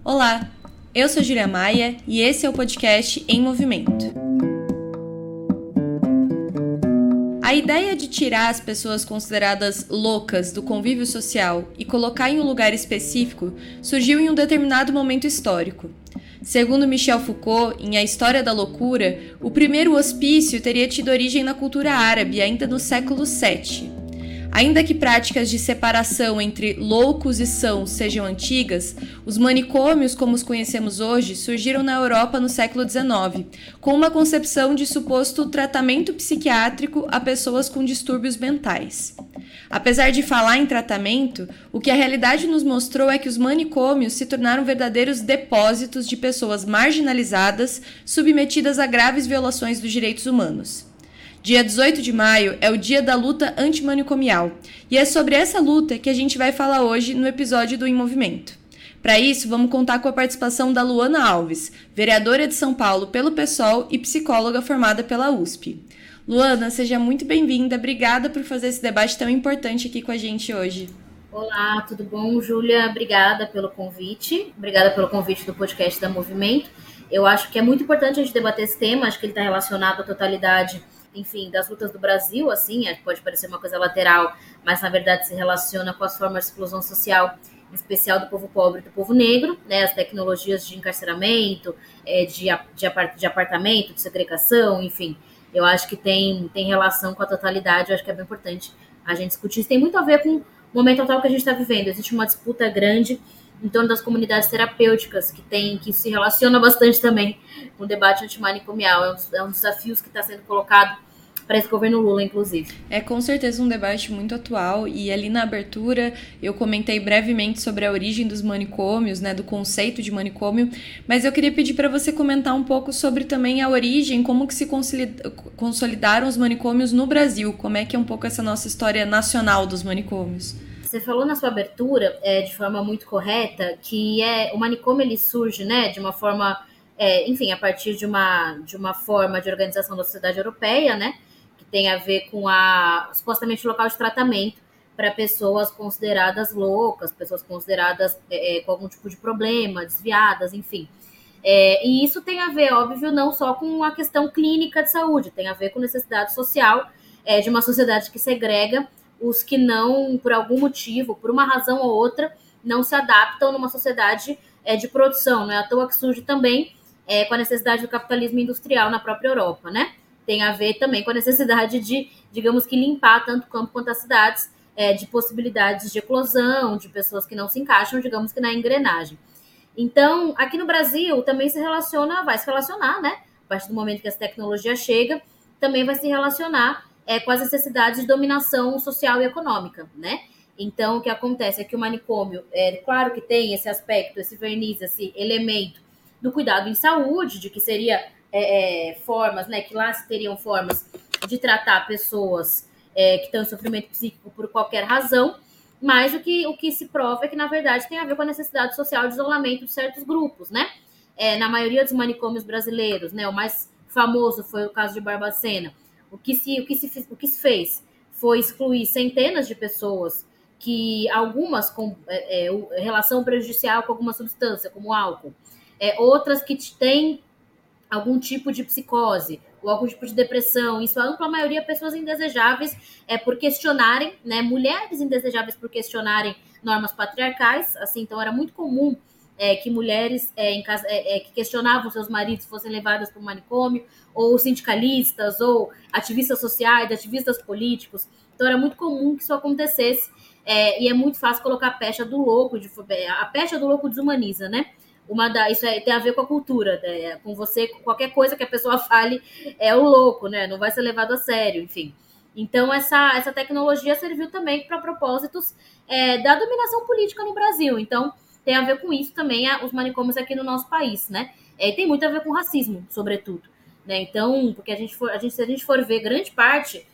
Olá, eu sou Júlia Maia e esse é o podcast Em Movimento. A ideia de tirar as pessoas consideradas loucas do convívio social e colocar em um lugar específico surgiu em um determinado momento histórico. Segundo Michel Foucault, em A História da Loucura, o primeiro hospício teria tido origem na cultura árabe ainda no século VII. Ainda que práticas de separação entre loucos e sãos sejam antigas, os manicômios, como os conhecemos hoje, surgiram na Europa no século XIX, com uma concepção de suposto tratamento psiquiátrico a pessoas com distúrbios mentais. Apesar de falar em tratamento, o que a realidade nos mostrou é que os manicômios se tornaram verdadeiros depósitos de pessoas marginalizadas, submetidas a graves violações dos direitos humanos. Dia 18 de maio é o dia da luta antimanicomial, e é sobre essa luta que a gente vai falar hoje no episódio do Em Movimento. Para isso, vamos contar com a participação da Luana Alves, vereadora de São Paulo pelo PSOL e psicóloga formada pela USP. Luana, seja muito bem-vinda, obrigada por fazer esse debate tão importante aqui com a gente hoje. Olá, tudo bom, Júlia? Obrigada pelo convite do podcast da Movimento. Eu acho que é muito importante a gente debater esse tema, acho que ele está relacionado à totalidade, enfim, das lutas do Brasil, assim, pode parecer uma coisa lateral, mas na verdade se relaciona com as formas de exclusão social, em especial do povo pobre e do povo negro, né, as tecnologias de encarceramento, de apartamento, de segregação, enfim, eu acho que tem relação com a totalidade, eu acho que é bem importante a gente discutir. Isso tem muito a ver com o momento atual que a gente está vivendo, existe uma disputa grande em torno das comunidades terapêuticas, que se relaciona bastante também com o debate antimanicomial. É um dos desafios que está sendo colocado para esse governo Lula, inclusive. É com certeza um debate muito atual, e ali na abertura eu comentei brevemente sobre a origem dos manicômios, né, do conceito de manicômio, mas eu queria pedir para você comentar um pouco sobre também a origem, como que se consolidaram os manicômios no Brasil, como é que é um pouco essa nossa história nacional dos manicômios. Você falou na sua abertura, de forma muito correta, que o manicômio ele surge, né, de uma forma, enfim, a partir de uma forma de organização da sociedade europeia, né, que tem a ver com supostamente local de tratamento para pessoas consideradas loucas, pessoas consideradas com algum tipo de problema, desviadas, enfim. E isso tem a ver, óbvio, não só com a questão clínica de saúde, tem a ver com necessidade social de uma sociedade que segrega os que não, por algum motivo, por uma razão ou outra, não se adaptam numa sociedade de produção. Não é à toa que surge também com a necessidade do capitalismo industrial na própria Europa, né? Tem a ver também com a necessidade de, digamos que, limpar tanto o campo quanto as cidades de possibilidades de eclosão, de pessoas que não se encaixam, digamos que, na engrenagem. Então, aqui no Brasil também vai se relacionar, né? A partir do momento que essa tecnologia chega, também vai se relacionar com as necessidades de dominação social e econômica, né? Então, o que acontece é que o manicômio, claro que tem esse aspecto, esse verniz, esse elemento do cuidado em saúde, de que seria formas, né, que lá se teriam formas de tratar pessoas que estão em sofrimento psíquico por qualquer razão, mas o que se prova é que, na verdade, tem a ver com a necessidade social de isolamento de certos grupos, né? Na maioria dos manicômios brasileiros, né, o mais famoso foi o caso de Barbacena. O que se fez foi excluir centenas de pessoas que algumas com relação prejudicial com alguma substância, como álcool, outras que têm algum tipo de psicose ou algum tipo de depressão. Isso a ampla maioria pessoas indesejáveis por questionarem, né, mulheres indesejáveis por questionarem normas patriarcais. Assim, então era muito comum que mulheres que questionavam seus maridos fossem levadas para o manicômio, ou sindicalistas, ou ativistas sociais, ativistas políticos. Então era muito comum que isso acontecesse, e é muito fácil colocar a pecha do louco, a pecha do louco desumaniza, né? Isso tem a ver com a cultura, né? Com você, qualquer coisa que a pessoa fale é o louco, né? Não vai ser levado a sério, enfim. Então essa tecnologia serviu também para propósitos da dominação política no Brasil. Então tem a ver com isso também os manicômios aqui no nosso país, né? Tem muito a ver com racismo, sobretudo, né? Então, porque se a gente for ver grande parte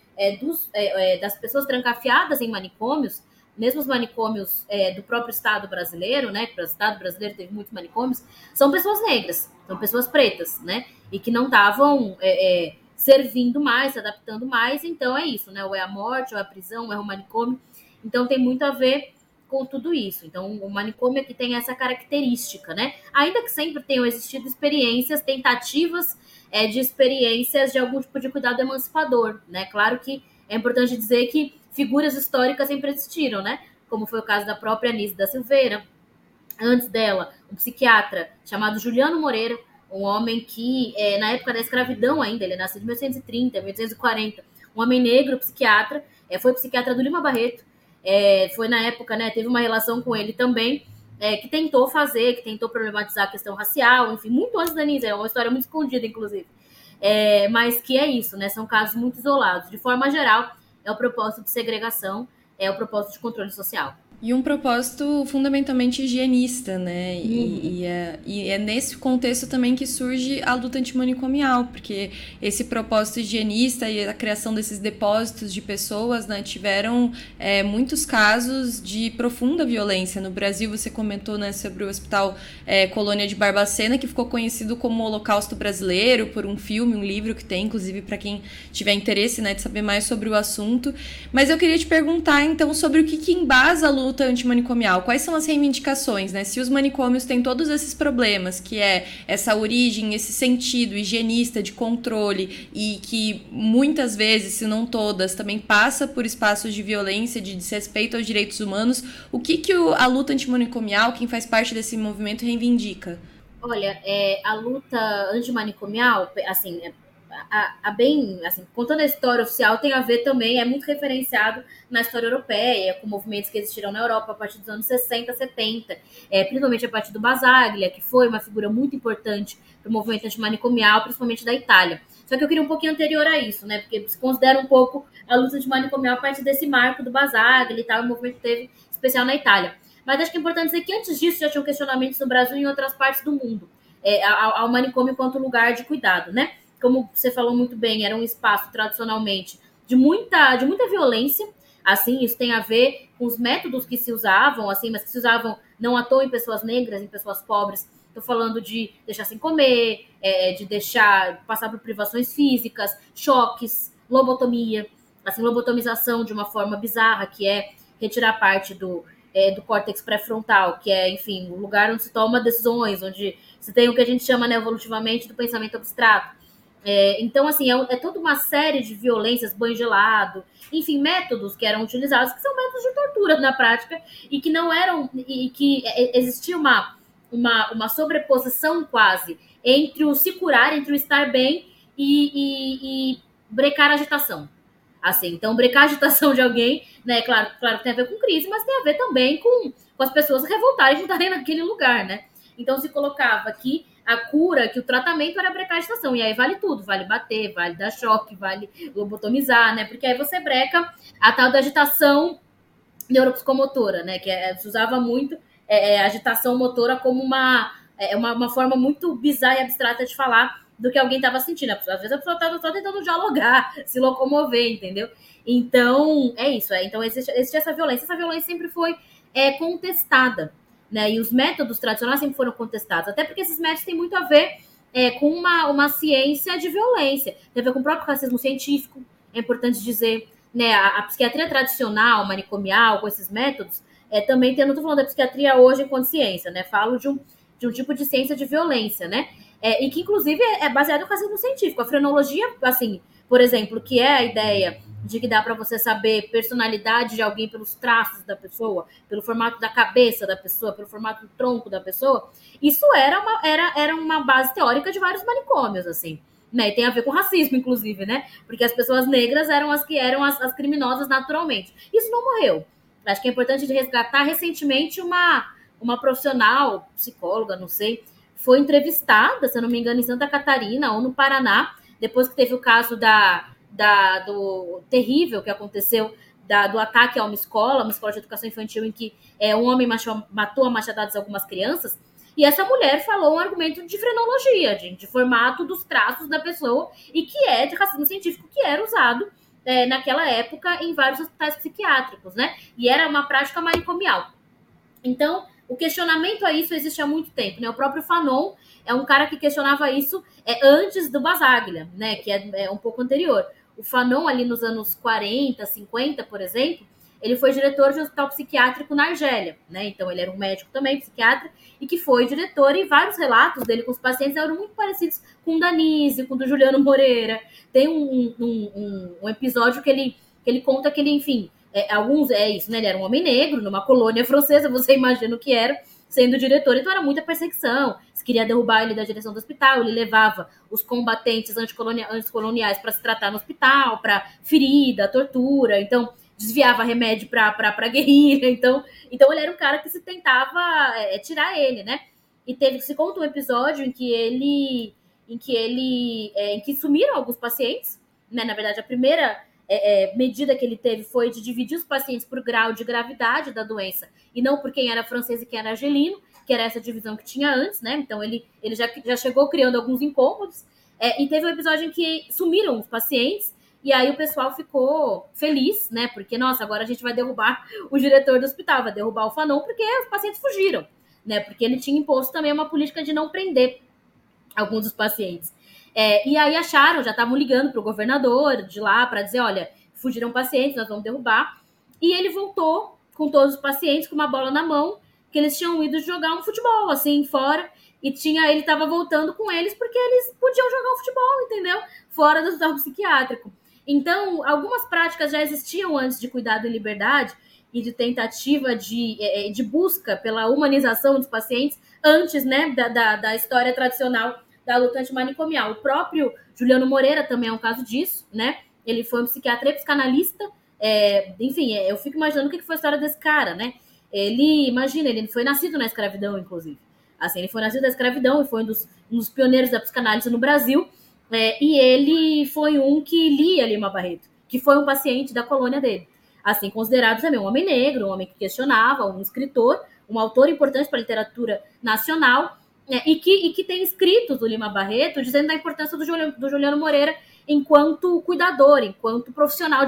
das pessoas trancafiadas em manicômios, mesmo os manicômios do próprio Estado brasileiro, né? Que o Estado brasileiro teve muitos manicômios, são pessoas negras, são pessoas pretas, né? E que não estavam servindo mais, se adaptando mais. Então é isso, né? Ou é a morte, ou é a prisão, ou é o manicômio. Então tem muito a ver com tudo isso. Então, o manicômio aqui tem essa característica, né? Ainda que sempre tenham existido experiências, tentativas de experiências de algum tipo de cuidado emancipador, né? Claro que é importante dizer que figuras históricas sempre existiram, né? Como foi o caso da própria Anísia da Silveira. Antes dela, um psiquiatra chamado Juliano Moreira, um homem que, na época da escravidão ainda, ele nasceu em 1830, 1840, um homem negro, psiquiatra, foi psiquiatra do Lima Barreto, foi na época, né, teve uma relação com ele também, que tentou problematizar a questão racial, enfim, muito antes da Anísia, é uma história muito escondida, inclusive. Mas que é isso, né, são casos muito isolados. De forma geral, é o propósito de segregação, é o propósito de controle social. E um propósito fundamentalmente higienista, né? E é nesse contexto também que surge a luta antimanicomial, porque esse propósito higienista e a criação desses depósitos de pessoas, né, tiveram muitos casos de profunda violência. No Brasil, você comentou, né, sobre o Hospital Colônia de Barbacena, que ficou conhecido como o Holocausto Brasileiro, por um filme, um livro que tem, inclusive, para quem tiver interesse, né, de saber mais sobre o assunto. Mas eu queria te perguntar, então, sobre o que embasa a luta antimanicomial, quais são as reivindicações, né? Se os manicômios têm todos esses problemas, que é essa origem, esse sentido higienista de controle e que muitas vezes, se não todas, também passa por espaços de violência, de desrespeito aos direitos humanos, o que a luta antimanicomial, quem faz parte desse movimento, reivindica? Olha, a luta antimanicomial, assim, bem, assim, contando a história oficial, tem a ver também, é muito referenciado na história europeia, com movimentos que existiram na Europa a partir dos anos 60, 70, principalmente a partir do Basaglia, que foi uma figura muito importante para o movimento antimanicomial, principalmente da Itália. Só que eu queria um pouquinho anterior a isso, né, porque se considera um pouco a luta antimanicomial a partir desse marco do Basaglia e tal, o movimento teve especial na Itália. Mas acho que é importante dizer que antes disso já tinham questionamentos no Brasil e em outras partes do mundo, ao manicômio enquanto lugar de cuidado, né? Como você falou muito bem, era um espaço tradicionalmente de muita violência, assim, isso tem a ver com os métodos que se usavam, assim, mas que se usavam não à toa em pessoas negras, em pessoas pobres. Estou falando de deixar sem comer, de deixar passar por privações físicas, choques, lobotomia, assim, lobotomização de uma forma bizarra, que é retirar parte do córtex pré-frontal, que é, enfim, o lugar onde se toma decisões, onde se tem o que a gente chama, né, evolutivamente do pensamento abstrato. Então, assim, é toda uma série de violências, banho gelado, enfim, métodos que eram utilizados, que são métodos de tortura na prática, e que não eram, e que existia uma sobreposição quase entre o se curar, entre o estar bem e brecar a agitação. Assim, então, brecar a agitação de alguém, né, claro que tem a ver com crise, mas tem a ver também com as pessoas revoltarem de estarem naquele lugar, né? Então, se colocava que a cura, que o tratamento era brecar a agitação. E aí vale tudo, vale bater, vale dar choque, vale lobotomizar, né? Porque aí você breca a tal da agitação neuropsicomotora, né? Que se usava muito agitação motora como uma forma muito bizarra e abstrata de falar do que alguém estava sentindo. Às vezes a pessoa estava só tentando dialogar, se locomover, entendeu? Então, é isso. Então, existe essa violência. Essa violência sempre foi contestada, né? E os métodos tradicionais sempre foram contestados, até porque esses métodos têm muito a ver com uma ciência de violência, tem a ver com o próprio racismo científico, é importante dizer, né? A psiquiatria tradicional, manicomial, com esses métodos, também tem, não estou falando da psiquiatria hoje enquanto ciência, né? Falo de um tipo de ciência de violência, né? E que, inclusive, é baseado no racismo científico. A frenologia, assim, por exemplo, que é a ideia de que dá para você saber personalidade de alguém pelos traços da pessoa, pelo formato da cabeça da pessoa, pelo formato do tronco da pessoa, isso era uma base teórica de vários manicômios, assim, né? E tem a ver com racismo, inclusive, né? Porque as pessoas negras eram as que eram as criminosas naturalmente. Isso não morreu. Acho que é importante de resgatar. Recentemente, uma profissional, psicóloga, não sei, foi entrevistada, se eu não me engano, em Santa Catarina ou no Paraná, depois que teve o caso do terrível que aconteceu, do ataque a uma escola de educação infantil, em que um homem matou a machadadas algumas crianças, e essa mulher falou um argumento de frenologia, de formato dos traços da pessoa, e que é de racismo científico, que era usado naquela época em vários hospitais psiquiátricos, né? E era uma prática manicomial. Então, o questionamento a isso existe há muito tempo, né? O próprio Fanon é um cara que questionava isso antes do Basaglia, né? Que é um pouco anterior. O Fanon, ali nos anos 40, 50, por exemplo, ele foi diretor de um hospital psiquiátrico na Argélia, né? Então ele era um médico também, psiquiatra, e que foi diretor, e vários relatos dele com os pacientes eram muito parecidos com o da Nise, com o do Juliano Moreira. Tem um episódio que ele conta que ele, enfim, isso, né? Ele era um homem negro numa colônia francesa, você imagina o que era, sendo diretor, então era muita perseguição. Se queria derrubar ele da direção do hospital, ele levava os combatentes anticoloniais para se tratar no hospital, para ferida, tortura, então desviava remédio para guerrilha, então ele era um cara que se tentava tirar ele, né? E se conta um episódio em que sumiram alguns pacientes, né? Na verdade, a primeira medida que ele teve foi de dividir os pacientes por grau de gravidade da doença, e não por quem era francês e quem era argelino, que era essa divisão que tinha antes, né? Então ele já chegou criando alguns incômodos, e teve um episódio em que sumiram os pacientes, e aí o pessoal ficou feliz, né? Porque, nossa, agora a gente vai derrubar o diretor do hospital, vai derrubar o Fanon, porque os pacientes fugiram, né? Porque ele tinha imposto também uma política de não prender alguns dos pacientes. E aí já estavam ligando para o governador de lá para dizer, olha, fugiram pacientes, nós vamos derrubar. E ele voltou com todos os pacientes com uma bola na mão, que eles tinham ido jogar um futebol, assim, fora, e ele estava voltando com eles porque eles podiam jogar um futebol, entendeu? Fora do hospital psiquiátrico. Então, algumas práticas já existiam antes de cuidado em liberdade e de tentativa de busca pela humanização dos pacientes antes, né, da história tradicional da luta antimanicomial. O próprio Juliano Moreira também é um caso disso, né? Ele foi um psiquiatra e psicanalista. Enfim, eu fico imaginando o que foi a história desse cara, né? Ele foi nascido na escravidão, inclusive. Assim, ele foi nascido na escravidão e foi um dos pioneiros da psicanálise no Brasil. E ele foi um que lia Lima Barreto, que foi um paciente da colônia dele. Assim, considerado também um homem negro, um homem que questionava, um escritor, um autor importante para a literatura nacional, e que tem escritos do Lima Barreto dizendo da importância do Juliano Moreira enquanto cuidador, enquanto profissional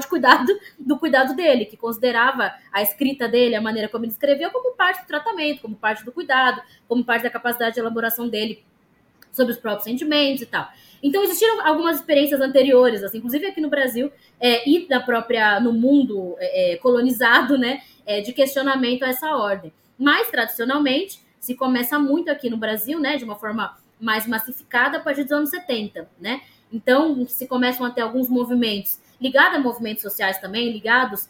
do cuidado dele, que considerava a escrita dele, a maneira como ele escreveu, como parte do tratamento, como parte do cuidado, como parte da capacidade de elaboração dele sobre os próprios sentimentos e tal. Então, existiram algumas experiências anteriores, assim, inclusive aqui no Brasil e no mundo colonizado, né, de questionamento a essa ordem. Mas, tradicionalmente, se começa muito aqui no Brasil, né, de uma forma mais massificada a partir dos anos 70, né? Então, se começam a ter alguns movimentos ligados a movimentos sociais também, ligados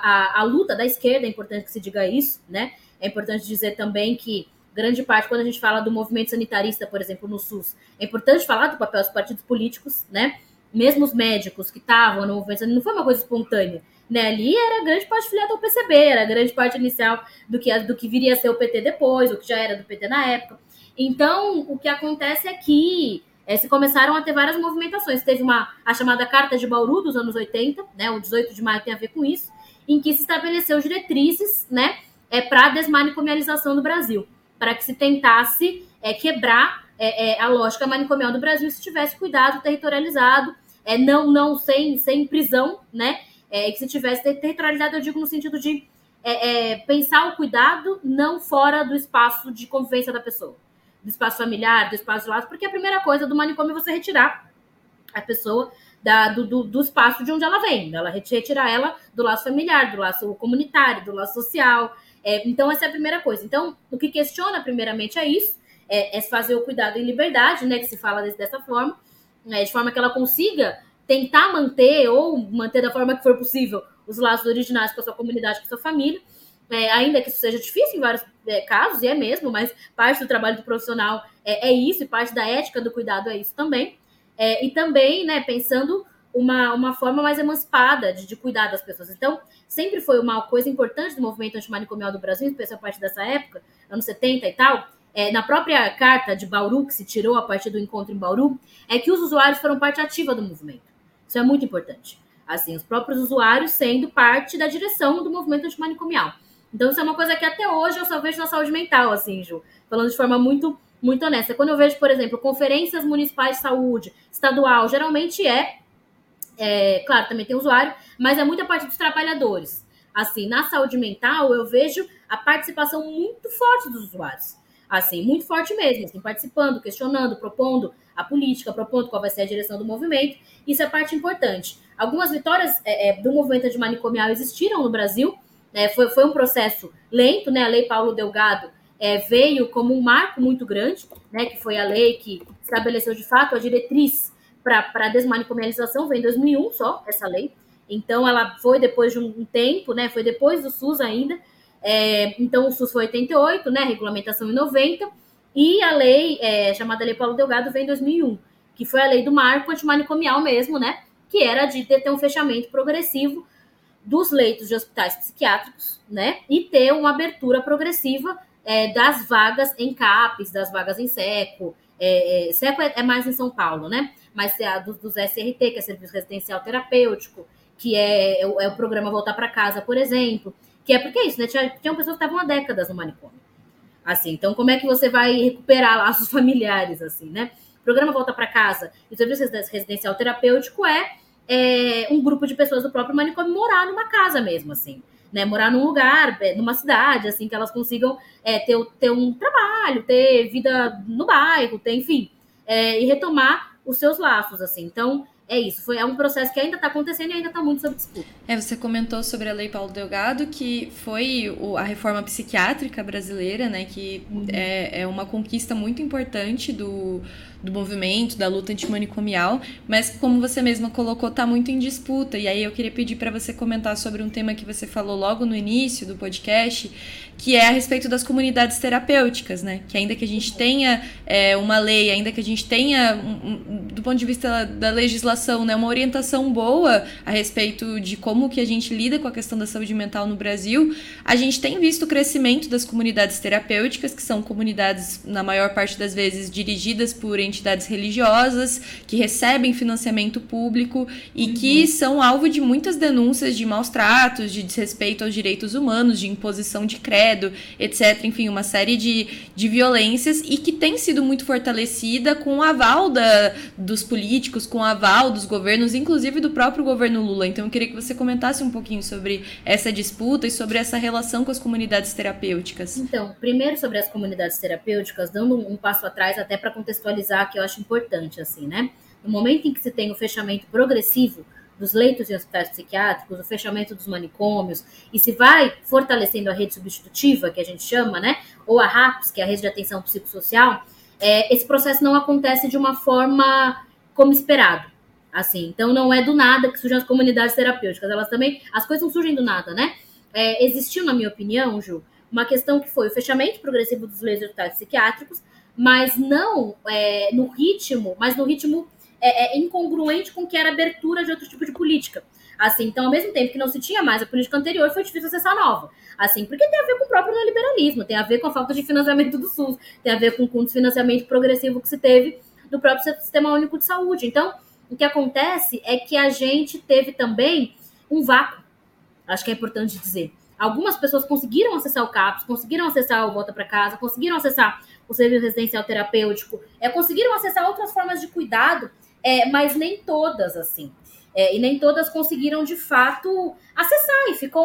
à luta da esquerda, é importante que se diga isso, né? É importante dizer também que grande parte, quando a gente fala do movimento sanitarista, por exemplo, no SUS, é importante falar do papel dos partidos políticos, né? Mesmo os médicos que estavam no movimento sanitarista, não foi uma coisa espontânea, né? Ali era grande parte filiada ao PCB, era grande parte inicial do que viria a ser o PT depois, o que já era do PT na época. Então, o que acontece é que se começaram a ter várias movimentações. Teve a chamada Carta de Bauru dos anos 80, né? O 18 de maio tem a ver com isso, em que se estabeleceu diretrizes, né? Para a desmanicomialização do Brasil, para que se tentasse quebrar a lógica manicomial do Brasil se tivesse cuidado territorializado, não sem prisão, né? Que se tivesse territorializado, eu digo no sentido de pensar o cuidado não fora do espaço de convivência da pessoa, do espaço familiar, do espaço de laço, porque a primeira coisa do manicômio é você retirar a pessoa do espaço de onde ela vem, ela retirar ela do laço familiar, do laço comunitário, do laço social. Então, essa é a primeira coisa. Então, o que questiona primeiramente é isso, fazer o cuidado em liberdade, né, que se fala dessa forma, de forma que ela consiga tentar manter, ou manter da forma que for possível, os laços originais com a sua comunidade, com a sua família, ainda que isso seja difícil em vários casos, e é mesmo, mas parte do trabalho do profissional é isso, e parte da ética do cuidado é isso também. E também, né, pensando uma forma mais emancipada de cuidar das pessoas. Então, sempre foi uma coisa importante do movimento antimanicomial do Brasil, especialmente a partir dessa época, anos 70 e tal, na própria Carta de Bauru, que se tirou a partir do encontro em Bauru, é que os usuários foram parte ativa do movimento. Isso é muito importante. Assim, os próprios usuários sendo parte da direção do movimento antimanicomial. Então, isso é uma coisa que até hoje eu só vejo na saúde mental, assim, Ju, falando de forma muito, muito honesta. Quando eu vejo, por exemplo, conferências municipais de saúde, estadual, geralmente claro, também tem usuário, mas é muita parte dos trabalhadores. Assim, na saúde mental, eu vejo a participação muito forte dos usuários. Assim, muito forte mesmo, assim, participando, questionando, propondo a política, propondo qual vai ser a direção do movimento. Isso é parte importante. Algumas vitórias do movimento antimanicomial existiram no Brasil, Foi um processo lento, né? A Lei Paulo Delgado veio como um marco muito grande, né? Que foi a lei que estabeleceu, de fato, a diretriz para a desmanicomialização, veio em 2001 só, essa lei. Então, ela foi depois de um tempo, né? Foi depois do SUS ainda. Então, o SUS foi em 88, né? Regulamentação em 90. E a lei, chamada Lei Paulo Delgado, veio em 2001, que foi a lei do marco antimanicomial mesmo, né? Que era de ter um fechamento progressivo dos leitos de hospitais psiquiátricos, né? E ter uma abertura progressiva das vagas em CAPES, das vagas em SECO. SECO é mais em São Paulo, né? Mas dos SRT, que é Serviço Residencial Terapêutico, que é o programa Voltar para Casa, por exemplo. Que é porque é isso, né? Tinham pessoas que estavam há décadas no manicômio. Assim, então, como é que você vai recuperar laços familiares, assim, né? O programa Volta para Casa e o Serviço Residencial Terapêutico um grupo de pessoas do próprio manicômio morar numa casa mesmo, assim, né? Morar num lugar, numa cidade, assim, que elas consigam ter um trabalho, ter vida no bairro, enfim, e retomar os seus laços, assim. Então, é isso. É um processo que ainda está acontecendo e ainda está muito sob disputa. Você comentou sobre a Lei Paulo Delgado, que foi a reforma psiquiátrica brasileira, né? Que é uma conquista muito importante do movimento, da luta antimanicomial, mas como você mesma colocou, está muito em disputa. E aí eu queria pedir para você comentar sobre um tema que você falou logo no início do podcast, que é a respeito das comunidades terapêuticas, né? Que ainda que a gente tenha uma lei, ainda que a gente tenha, do ponto de vista da legislação, né, uma orientação boa a respeito de como que a gente lida com a questão da saúde mental no Brasil, a gente tem visto o crescimento das comunidades terapêuticas, que são comunidades, na maior parte das vezes, dirigidas por entidades religiosas, que recebem financiamento público e que são alvo de muitas denúncias de maus tratos, de desrespeito aos direitos humanos, de imposição de credo, etc. Enfim, uma série de violências e que tem sido muito fortalecida com o aval dos políticos, com o aval dos governos, inclusive do próprio governo Lula. Então eu queria que você comentasse um pouquinho sobre essa disputa e sobre essa relação com as comunidades terapêuticas. Então, primeiro sobre as comunidades terapêuticas, dando um passo atrás até para contextualizar, que eu acho importante, assim, né? No momento em que se tem o fechamento progressivo dos leitos em hospitais psiquiátricos, o fechamento dos manicômios, e se vai fortalecendo a rede substitutiva, que a gente chama, né? Ou a RAPS, que é a rede de atenção psicossocial, esse processo não acontece de uma forma como esperado. Assim, então não é do nada que surgem as comunidades terapêuticas, elas também, as coisas não surgem do nada, né? Existiu, na minha opinião, Ju, uma questão que foi o fechamento progressivo dos leitos de hospitais psiquiátricos, mas não no ritmo incongruente com o que era a abertura de outro tipo de política. Assim, então, ao mesmo tempo que não se tinha mais a política anterior, foi difícil acessar a nova. Assim, porque tem a ver com o próprio neoliberalismo, tem a ver com a falta de financiamento do SUS, tem a ver com o desfinanciamento progressivo que se teve do próprio Sistema Único de Saúde. Então, o que acontece é que a gente teve também um vácuo, acho que é importante dizer. Algumas pessoas conseguiram acessar o CAPS, conseguiram acessar o Volta para Casa, conseguiram acessar o serviço residencial terapêutico, conseguiram acessar outras formas de cuidado, mas nem todas, assim. E nem todas conseguiram, de fato, acessar, e ficou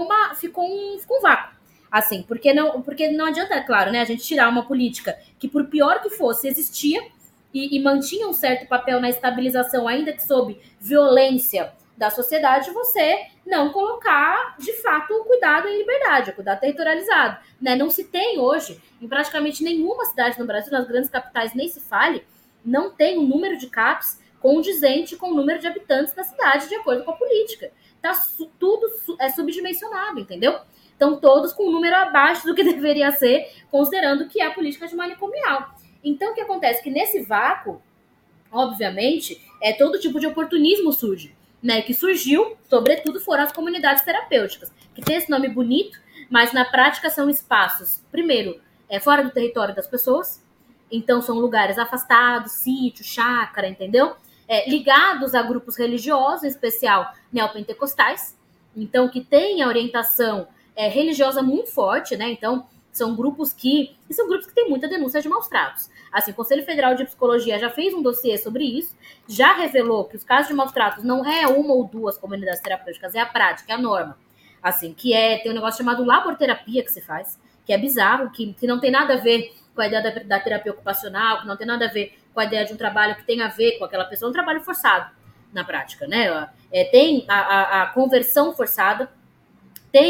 um vácuo. Assim, porque não adianta, é claro, né, a gente tirar uma política que, por pior que fosse, existia e mantinha um certo papel na estabilização, ainda que sob violência da sociedade, você não colocar, de fato, o cuidado em liberdade, o cuidado territorializado. Né? Não se tem hoje, em praticamente nenhuma cidade no Brasil, nas grandes capitais nem se fale, não tem um número de CAPs condizente com o número de habitantes da cidade, de acordo com a política. Tudo é subdimensionado, entendeu? Então, todos com um número abaixo do que deveria ser, considerando que é a política de manicomial. Então, o que acontece? Que nesse vácuo, obviamente, todo tipo de oportunismo surge. Né, que surgiu, sobretudo, foram as comunidades terapêuticas, que tem esse nome bonito, mas na prática são espaços, primeiro, fora do território das pessoas, então são lugares afastados, sítio, chácara, entendeu? Ligados a grupos religiosos, em especial neopentecostais, então que tem a orientação religiosa muito forte, né? Então são grupos que têm muita denúncia de maus tratos. Assim, o Conselho Federal de Psicologia já fez um dossiê sobre isso, já revelou que os casos de maus tratos não é uma ou duas comunidades terapêuticas, é a prática, é a norma. Assim, tem um negócio chamado laborterapia que se faz, que é bizarro, que não tem nada a ver com a ideia da terapia ocupacional, que não tem nada a ver com a ideia de um trabalho que tem a ver com aquela pessoa, um trabalho forçado na prática, né? Tem a conversão forçada, tem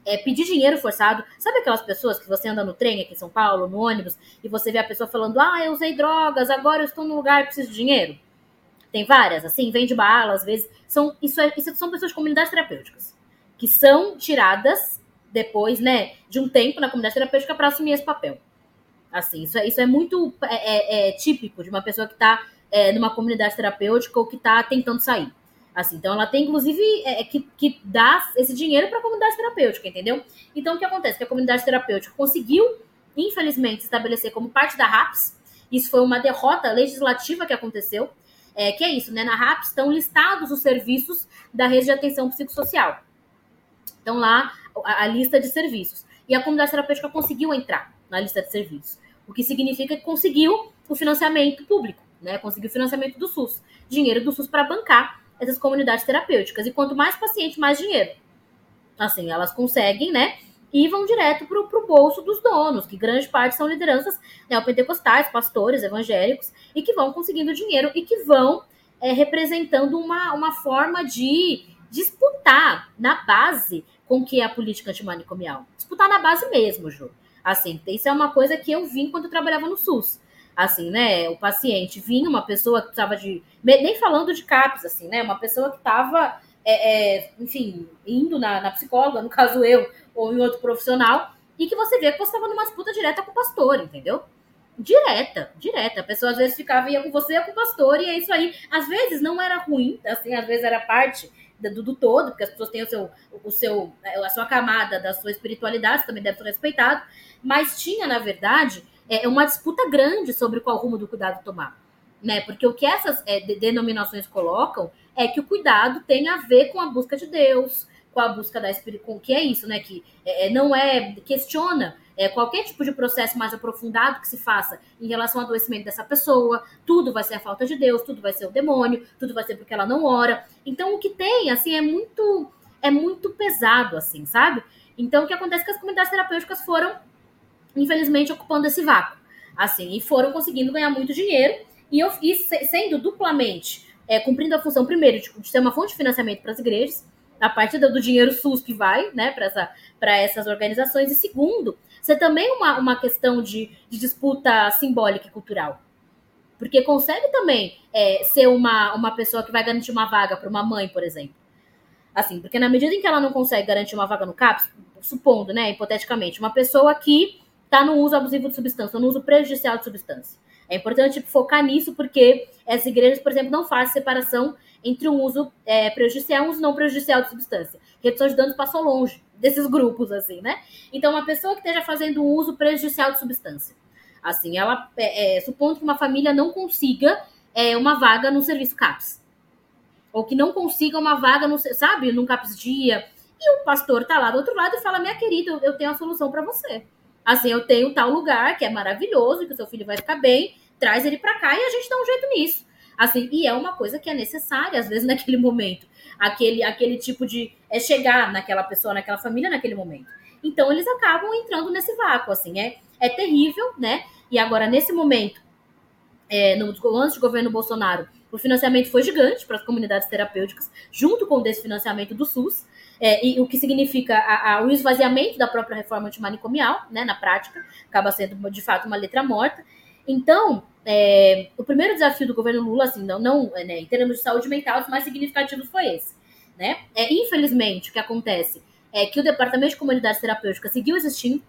pedir dinheiro forçado. Sabe aquelas pessoas que você anda no trem aqui em São Paulo, no ônibus, e você vê a pessoa falando, eu usei drogas, agora eu estou num lugar e preciso de dinheiro? Tem várias, assim, vende bala, às vezes. Isso são pessoas de comunidades terapêuticas, que são tiradas depois, né, de um tempo na comunidade terapêutica para assumir esse papel. Assim, isso é muito típico de uma pessoa que está numa comunidade terapêutica ou que está tentando sair. Assim, então ela tem, inclusive, que dar esse dinheiro para a comunidade terapêutica, entendeu? Então, o que acontece? Que a comunidade terapêutica conseguiu, infelizmente, se estabelecer como parte da RAPS. Isso foi uma derrota legislativa que aconteceu. Que é isso, né? Na RAPS estão listados os serviços da rede de atenção psicossocial. Então, lá, a lista de serviços. E a comunidade terapêutica conseguiu entrar na lista de serviços. O que significa que conseguiu o financiamento público, né? Conseguiu o financiamento do SUS. Dinheiro do SUS para bancar essas comunidades terapêuticas. E quanto mais paciente, mais dinheiro. Assim, elas conseguem, né? E vão direto pro bolso dos donos, que grande parte são lideranças neopentecostais, pastores, evangélicos, e que vão conseguindo dinheiro e que vão representando uma forma de disputar na base com que é a política antimanicomial. Disputar na base mesmo, Ju. Assim, isso é uma coisa que eu vi enquanto eu trabalhava no SUS. Assim, né, o paciente vinha, uma pessoa que precisava de... Nem falando de CAPS, assim, né, uma pessoa que estava, enfim, indo na psicóloga, no caso eu, ou em outro profissional, e que você vê que você estava numa disputa direta com o pastor, entendeu? Direta. A pessoa às vezes ia com você, ia com o pastor, e é isso aí. Às vezes não era ruim, assim, às vezes era parte do todo, porque as pessoas têm a sua camada da sua espiritualidade, também deve ser respeitado, mas tinha, na verdade, uma disputa grande sobre qual rumo do cuidado tomar, né? Porque o que essas denominações colocam é que o cuidado tem a ver com a busca de Deus, com a busca da espiritualidade, que é isso, né? Que não questiona qualquer tipo de processo mais aprofundado que se faça em relação ao adoecimento dessa pessoa. Tudo vai ser a falta de Deus, tudo vai ser o demônio, tudo vai ser porque ela não ora. Então, o que tem, assim, é muito pesado, assim, sabe? Então, o que acontece é que as comunidades terapêuticas foram, infelizmente, ocupando esse vácuo, assim, e foram conseguindo ganhar muito dinheiro, e sendo duplamente, cumprindo a função, primeiro, de ser uma fonte de financiamento para as igrejas, a partir do dinheiro SUS que vai, né, para essas organizações, e segundo, ser também uma questão de disputa simbólica e cultural. Porque consegue também ser uma pessoa que vai garantir uma vaga para uma mãe, por exemplo. Assim, porque na medida em que ela não consegue garantir uma vaga no CAPS, supondo, né, hipoteticamente, uma pessoa que está no uso abusivo de substância, no uso prejudicial de substância. É importante focar nisso, porque as igrejas, por exemplo, não fazem separação entre um uso prejudicial e um uso não prejudicial de substância. Redução de danos passou longe desses grupos, assim, né? Então, uma pessoa que esteja fazendo um uso prejudicial de substância, assim, ela, supondo que uma família não consiga uma vaga no serviço CAPS, ou que não consiga uma vaga, num CAPS Dia, e o pastor tá lá do outro lado e fala, minha querida, eu tenho a solução para você. Assim, eu tenho tal lugar que é maravilhoso, que o seu filho vai ficar bem, traz ele para cá e a gente dá um jeito nisso. Assim, e é uma coisa que é necessária, às vezes, naquele momento. Aquele tipo de... chegar naquela pessoa, naquela família, naquele momento. Então, eles acabam entrando nesse vácuo, assim. É terrível, né? E agora, nesse momento, antes do governo Bolsonaro, o financiamento foi gigante para as comunidades terapêuticas, junto com o desfinanciamento do SUS, e o que significa o esvaziamento da própria reforma antimanicomial, né, na prática, acaba sendo, de fato, uma letra morta. Então, o primeiro desafio do governo Lula, assim, não em termos de saúde mental, os mais significativos foi esse, né? Infelizmente, o que acontece é que o Departamento de Comunidades Terapêuticas seguiu existindo,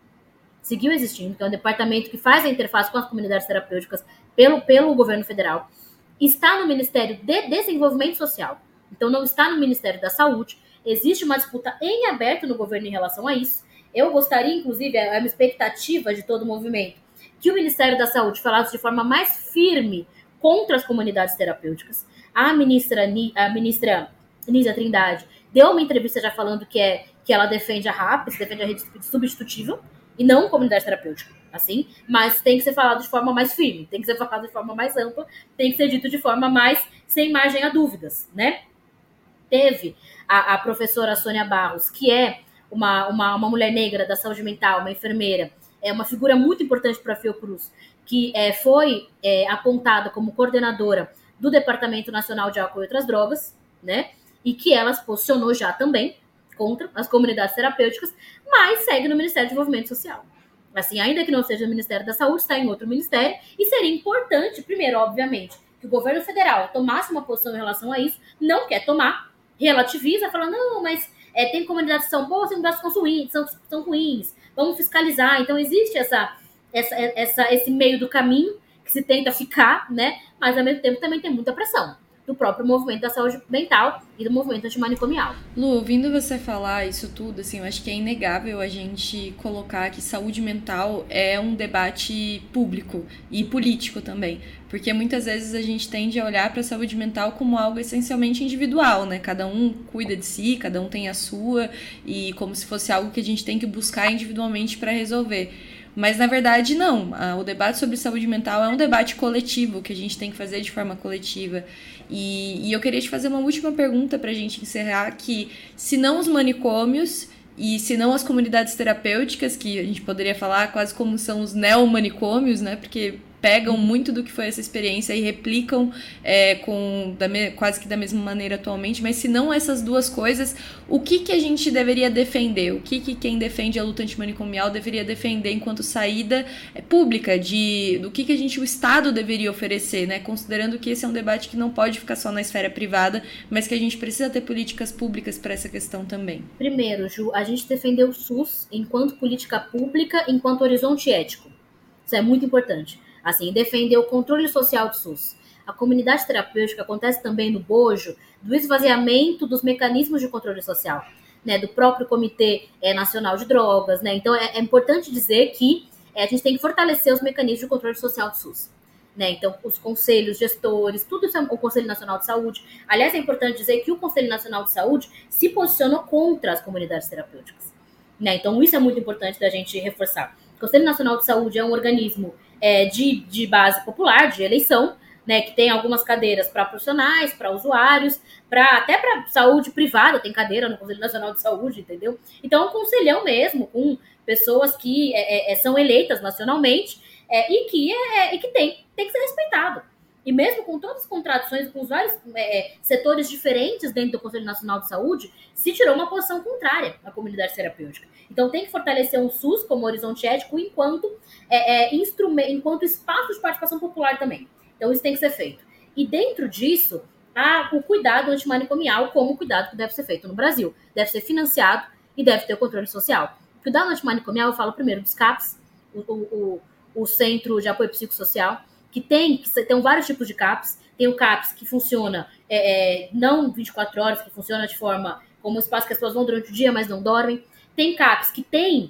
que é um departamento que faz a interface com as comunidades terapêuticas pelo governo federal, está no Ministério de Desenvolvimento Social, então não está no Ministério da Saúde. Existe uma disputa em aberto no governo em relação a isso. Eu gostaria, inclusive, é uma expectativa de todo o movimento, que o Ministério da Saúde falasse de forma mais firme contra as comunidades terapêuticas. A ministra Nízia Trindade deu uma entrevista já falando que ela defende a RAPS, defende a rede substitutível, e não comunidade terapêutica, assim, mas tem que ser falado de forma mais firme, tem que ser falado de forma mais ampla, tem que ser dito de forma mais sem margem a dúvidas, né? Teve a professora Sônia Barros, que é uma mulher negra da saúde mental, uma enfermeira, uma figura muito importante para a Fiocruz, que foi apontada como coordenadora do Departamento Nacional de Álcool e Outras Drogas, né? E que ela se posicionou já também contra as comunidades terapêuticas, mas segue no Ministério do Desenvolvimento Social. Assim, ainda que não seja o Ministério da Saúde, está em outro ministério, e seria importante, primeiro, obviamente, que o governo federal tomasse uma posição em relação a isso, não quer tomar, relativiza, fala, não, mas tem comunidades que são boas, tem comunidades que são ruins, vamos fiscalizar. Então, existe esse meio do caminho que se tenta ficar, né? Mas, ao mesmo tempo, também tem muita pressão do próprio movimento da saúde mental e do movimento antimanicomial. Lu, ouvindo você falar isso tudo, assim, eu acho que é inegável a gente colocar que saúde mental é um debate público e político também, porque muitas vezes a gente tende a olhar para a saúde mental como algo essencialmente individual, né? Cada um cuida de si, cada um tem a sua, e como se fosse algo que a gente tem que buscar individualmente para resolver. Mas, na verdade, não. O debate sobre saúde mental é um debate coletivo, que a gente tem que fazer de forma coletiva. E eu queria te fazer uma última pergunta para a gente encerrar, que se não os manicômios e se não as comunidades terapêuticas, que a gente poderia falar quase como são os neomanicômios, né? Porque pegam muito do que foi essa experiência e replicam quase que da mesma maneira atualmente, mas se não essas duas coisas, o que a gente deveria defender? O que quem defende a luta antimanicomial deveria defender enquanto saída pública do que o Estado deveria oferecer, né? Considerando que esse é um debate que não pode ficar só na esfera privada, mas que a gente precisa ter políticas públicas para essa questão também. Primeiro, Ju, a gente defendeu o SUS enquanto política pública, enquanto horizonte ético. Isso é muito importante. Assim, defender o controle social do SUS. A comunidade terapêutica acontece também no bojo do esvaziamento dos mecanismos de controle social, né, do próprio Comitê Nacional de Drogas, né? Então, é importante dizer que a gente tem que fortalecer os mecanismos de controle social do SUS. Né? Então, os conselhos, gestores, tudo isso é o Conselho Nacional de Saúde. Aliás, é importante dizer que o Conselho Nacional de Saúde se posicionou contra as comunidades terapêuticas. Né? Então, isso é muito importante da gente reforçar. O Conselho Nacional de Saúde é um organismo de base popular, de eleição, né, que tem algumas cadeiras para profissionais, para usuários, até para saúde privada, tem cadeira no Conselho Nacional de Saúde, entendeu? Então, é um conselhão mesmo, com pessoas que são eleitas nacionalmente e que tem que ser respeitado. E mesmo com todas as contradições, com os vários setores diferentes dentro do Conselho Nacional de Saúde, se tirou uma posição contrária à comunidade terapêutica. Então tem que fortalecer o SUS como horizonte ético enquanto espaço de participação popular também. Então isso tem que ser feito. E dentro disso, há o cuidado antimanicomial como o cuidado que deve ser feito no Brasil. Deve ser financiado e deve ter o controle social. O cuidado antimanicomial, eu falo primeiro dos CAPs, o Centro de Apoio Psicossocial, que tem vários tipos de CAPs. Tem o CAPs que funciona não 24 horas, que funciona de forma como um espaço que as pessoas vão durante o dia, mas não dormem. Tem CAPs que tem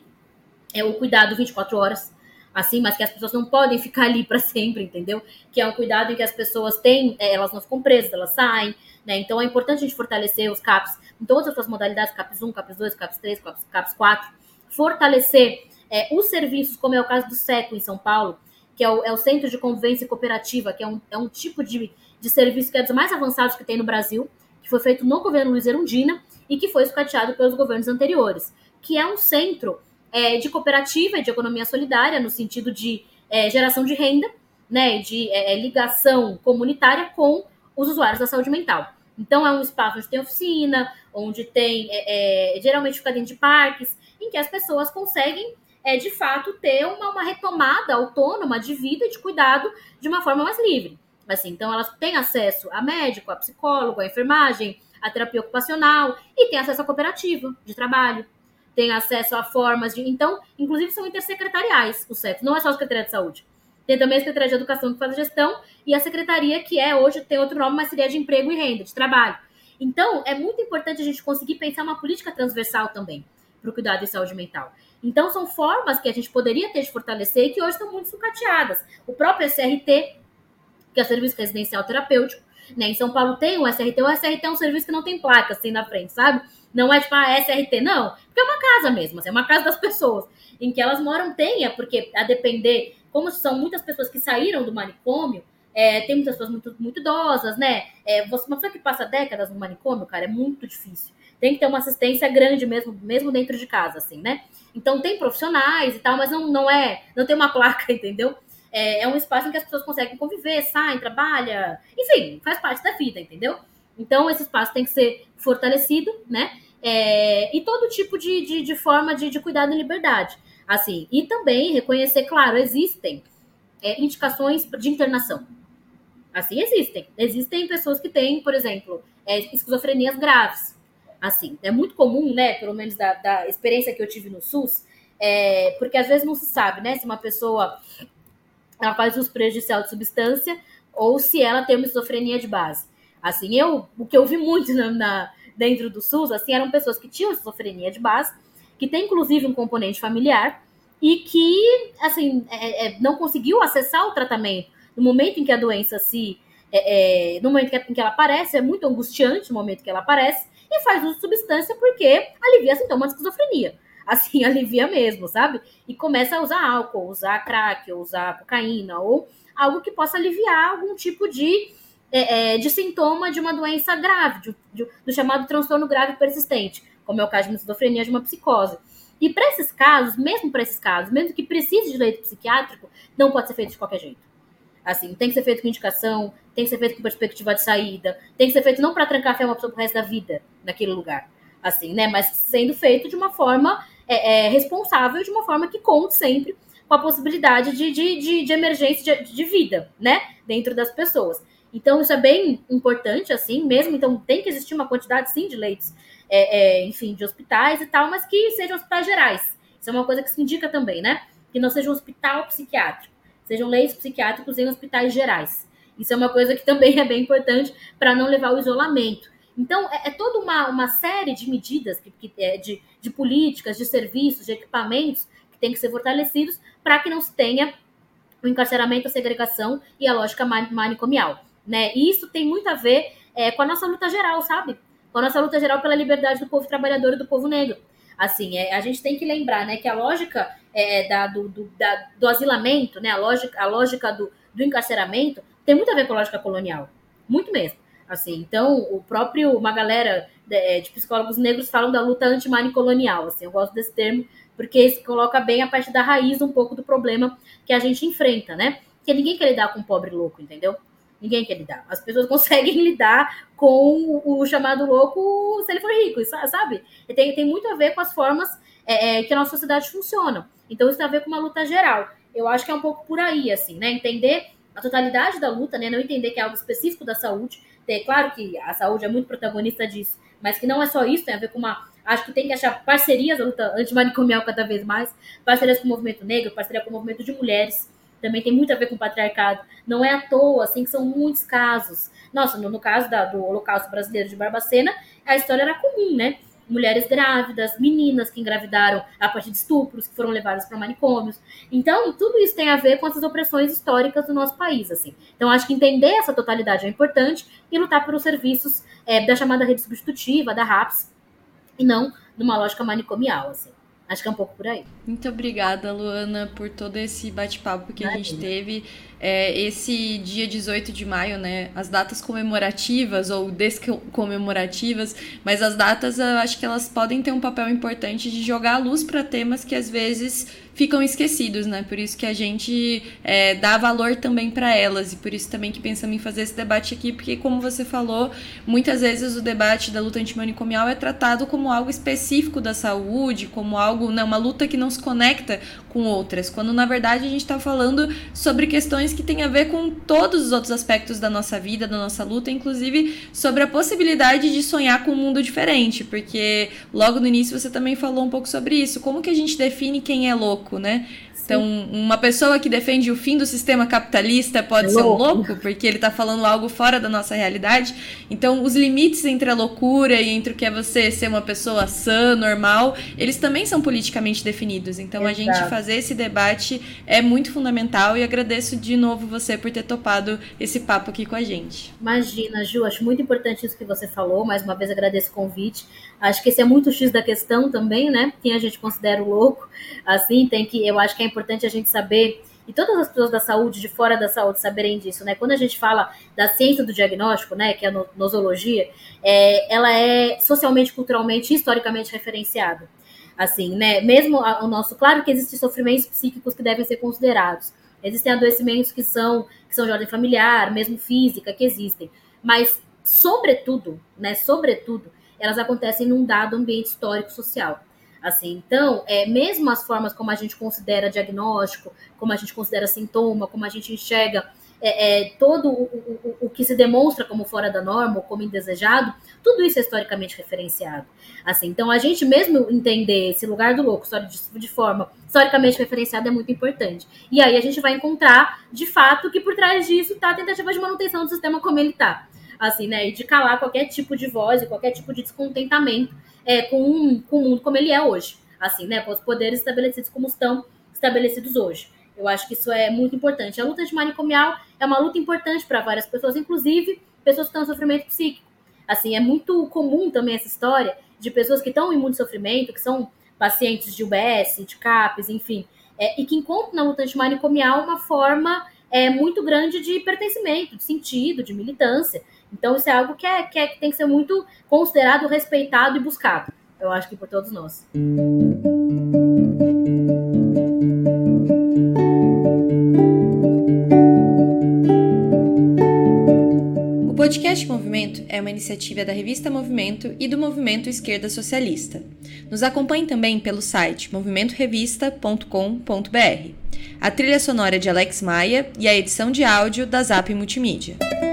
o cuidado 24 horas, assim, mas que as pessoas não podem ficar ali para sempre, entendeu? Que é um cuidado em que as pessoas elas não ficam presas, elas saem, né? Então é importante a gente fortalecer os CAPs em todas as suas modalidades, CAPs 1, CAPs 2, CAPs 3, CAPs 4, fortalecer os serviços, como é o caso do SECO em São Paulo, que é o Centro de Convivência Cooperativa, que é um tipo de serviço que é dos mais avançados que tem no Brasil, que foi feito no governo Luiz Erundina e que foi sucateado pelos governos anteriores, que é um centro de cooperativa e de economia solidária, no sentido de geração de renda, né, de ligação comunitária com os usuários da saúde mental. Então, é um espaço onde tem oficina, onde tem, geralmente fica dentro de parques, em que as pessoas conseguem, de fato, ter uma retomada autônoma de vida e de cuidado de uma forma mais livre. Assim, então, elas têm acesso a médico, a psicólogo, a enfermagem, a terapia ocupacional e têm acesso à cooperativa de trabalho. Tem acesso a formas de... Então, inclusive, são intersecretariais os CEPs. Não é só a Secretaria de Saúde. Tem também a Secretaria de Educação que faz a gestão e a Secretaria que hoje tem outro nome, mas seria de Emprego e Renda, de Trabalho. Então, é muito importante a gente conseguir pensar uma política transversal também para o cuidado de saúde mental. Então, são formas que a gente poderia ter de fortalecer e que hoje estão muito sucateadas. O próprio SRT, que é o Serviço Residencial Terapêutico, né? Em São Paulo tem o SRT. O SRT é um serviço que não tem placa assim na frente, sabe? Não é tipo SRT, não. Porque é uma casa mesmo, assim, é uma casa das pessoas. Em que elas moram, porque a depender, como são muitas pessoas que saíram do manicômio, tem muitas pessoas muito, muito idosas, né? Uma pessoa que passa décadas no manicômio, cara, é muito difícil. Tem que ter uma assistência grande mesmo dentro de casa, assim, né? Então tem profissionais e tal, mas não tem uma placa, entendeu? É um espaço em que as pessoas conseguem conviver, saem, trabalham, enfim, faz parte da vida, entendeu? Então esse espaço tem que ser fortalecido, né? e todo tipo de forma de cuidado em liberdade. Assim, e também reconhecer, claro, existem indicações de internação. Assim, existem pessoas que têm, por exemplo, esquizofrenias graves. Assim, é muito comum, né, pelo menos da experiência que eu tive no SUS, porque às vezes não se sabe, né, se uma pessoa ela faz uso prejudicial de substância ou se ela tem uma esquizofrenia de base. Assim, o que eu vi muito dentro do SUS, assim, eram pessoas que tinham esquizofrenia de base, que tem inclusive um componente familiar e que, assim, não conseguiu acessar o tratamento no momento em que a doença no momento em que ela aparece, é muito angustiante no momento que ela aparece, e faz uso de substância porque alivia sintomas de esquizofrenia. Assim, alivia mesmo, sabe? E começa a usar álcool, usar crack, ou usar cocaína, ou algo que possa aliviar algum tipo de sintoma de uma doença grave, do chamado transtorno grave persistente, como é o caso de uma esquizofrenia, de uma psicose. E para esses casos, mesmo que precise de leito psiquiátrico, não pode ser feito de qualquer jeito. Assim, tem que ser feito com indicação, tem que ser feito com perspectiva de saída, tem que ser feito não para trancar a fé uma pessoa pro resto da vida naquele lugar, assim, né? Mas sendo feito de uma forma responsável, de uma forma que conte sempre com a possibilidade de emergência de vida, né? Dentro das pessoas. Então, isso é bem importante, assim, mesmo. Então, tem que existir uma quantidade, sim, de leitos, enfim, de hospitais e tal, mas que sejam hospitais gerais. Isso é uma coisa que se indica também, né? Que não seja um hospital psiquiátrico. Sejam leitos psiquiátricos em hospitais gerais. Isso é uma coisa que também é bem importante para não levar ao isolamento. Então, toda uma série de medidas, de políticas, de serviços, de equipamentos que tem que ser fortalecidos para que não se tenha o encarceramento, a segregação e a lógica manicomial. Né? E isso tem muito a ver com a nossa luta geral, sabe? Com a nossa luta geral pela liberdade do povo trabalhador e do povo negro. Assim, a gente tem que lembrar, né, que a lógica do asilamento, né, a lógica do encarceramento tem muito a ver com a lógica colonial. Muito mesmo. Assim, então, uma galera de psicólogos negros falam da luta antimanicolonial. Assim, eu gosto desse termo porque isso coloca bem a parte da raiz um pouco do problema que a gente enfrenta, né? Porque ninguém quer lidar com um pobre louco, entendeu? Ninguém quer lidar. As pessoas conseguem lidar com o chamado louco se ele for rico, sabe? Tem muito a ver com as formas que a nossa sociedade funciona. Então, isso tem a ver com uma luta geral. Eu acho que é um pouco por aí, assim, né? Entender a totalidade da luta, né? Não entender que é algo específico da saúde. Claro que a saúde é muito protagonista disso, mas que não é só isso, tem a ver com acho que tem que achar parcerias da luta antimanicomial cada vez mais, parcerias com o movimento negro, parceria com o movimento de mulheres, também tem muito a ver com o patriarcado. Não é à toa, assim, que são muitos casos. Nossa, no caso do Holocausto Brasileiro de Barbacena, a história era comum, né? Mulheres grávidas, meninas que engravidaram a partir de estupros, que foram levadas para manicômios. Então, tudo isso tem a ver com essas opressões históricas do nosso país, assim. Então, acho que entender essa totalidade é importante e lutar pelos serviços da chamada rede substitutiva, da RAPS, e não numa lógica manicomial, assim. Acho que é um pouco por aí. Muito obrigada, Luana, por todo esse bate-papo que a gente teve. Esse dia 18 de maio, né? As datas comemorativas ou descomemorativas, mas as datas, eu acho que elas podem ter um papel importante de jogar a luz para temas que às vezes ficam esquecidos, né? Por isso que a gente dá valor também para elas e por isso também que pensamos em fazer esse debate aqui, porque como você falou, muitas vezes o debate da luta antimanicomial é tratado como algo específico da saúde, como algo, né, uma luta que não se conecta com outras, quando na verdade a gente está falando sobre questões que têm a ver com todos os outros aspectos da nossa vida, da nossa luta, inclusive sobre a possibilidade de sonhar com um mundo diferente, porque logo no início você também falou um pouco sobre isso, como que a gente define quem é louco, né? Então, uma pessoa que defende o fim do sistema capitalista pode ser um louco, porque ele está falando algo fora da nossa realidade. Então, os limites entre a loucura e entre o que é você ser uma pessoa sã, normal, eles também são politicamente definidos. Então, a gente fazer esse debate é muito fundamental e agradeço de novo você por ter topado esse papo aqui com a gente. Imagina, Ju, acho muito importante isso que você falou. Mais uma vez, agradeço o convite. Acho que esse é muito X da questão também, né? Quem a gente considera o louco. Assim, eu acho que é importante a gente saber, e todas as pessoas da saúde, de fora da saúde, saberem disso, né? Quando a gente fala da ciência do diagnóstico, né, que é a nosologia, ela é socialmente, culturalmente, historicamente referenciada. Assim, né? Mesmo o nosso, claro que existem sofrimentos psíquicos que devem ser considerados. Existem adoecimentos que são de ordem familiar, mesmo física, que existem. Mas, sobretudo, elas acontecem num dado ambiente histórico social. Assim, então, mesmo as formas como a gente considera diagnóstico, como a gente considera sintoma, como a gente enxerga todo o que se demonstra como fora da norma ou como indesejado, tudo isso é historicamente referenciado. Assim, então, a gente mesmo entender esse lugar do louco de forma historicamente referenciada é muito importante. E aí a gente vai encontrar, de fato, que por trás disso está a tentativa de manutenção do sistema como ele está. Assim, né, e de calar qualquer tipo de voz e qualquer tipo de descontentamento com o mundo como ele é hoje. Assim, né, com os poderes estabelecidos como estão estabelecidos hoje. Eu acho que isso é muito importante. A luta antimanicomial é uma luta importante para várias pessoas, inclusive pessoas que estão em sofrimento psíquico. Assim, é muito comum também essa história de pessoas que estão em muito sofrimento, que são pacientes de UBS, de CAPES, enfim, e que encontram na luta antimanicomial uma forma muito grande de pertencimento, de sentido, de militância. Então, isso é algo que tem que ser muito considerado, respeitado e buscado. Eu acho que por todos nós. O podcast Movimento é uma iniciativa da revista Movimento e do Movimento Esquerda Socialista. Nos acompanhe também pelo site movimentorevista.com.br. A trilha sonora é de Alex Maia e a edição de áudio da Zap Multimídia.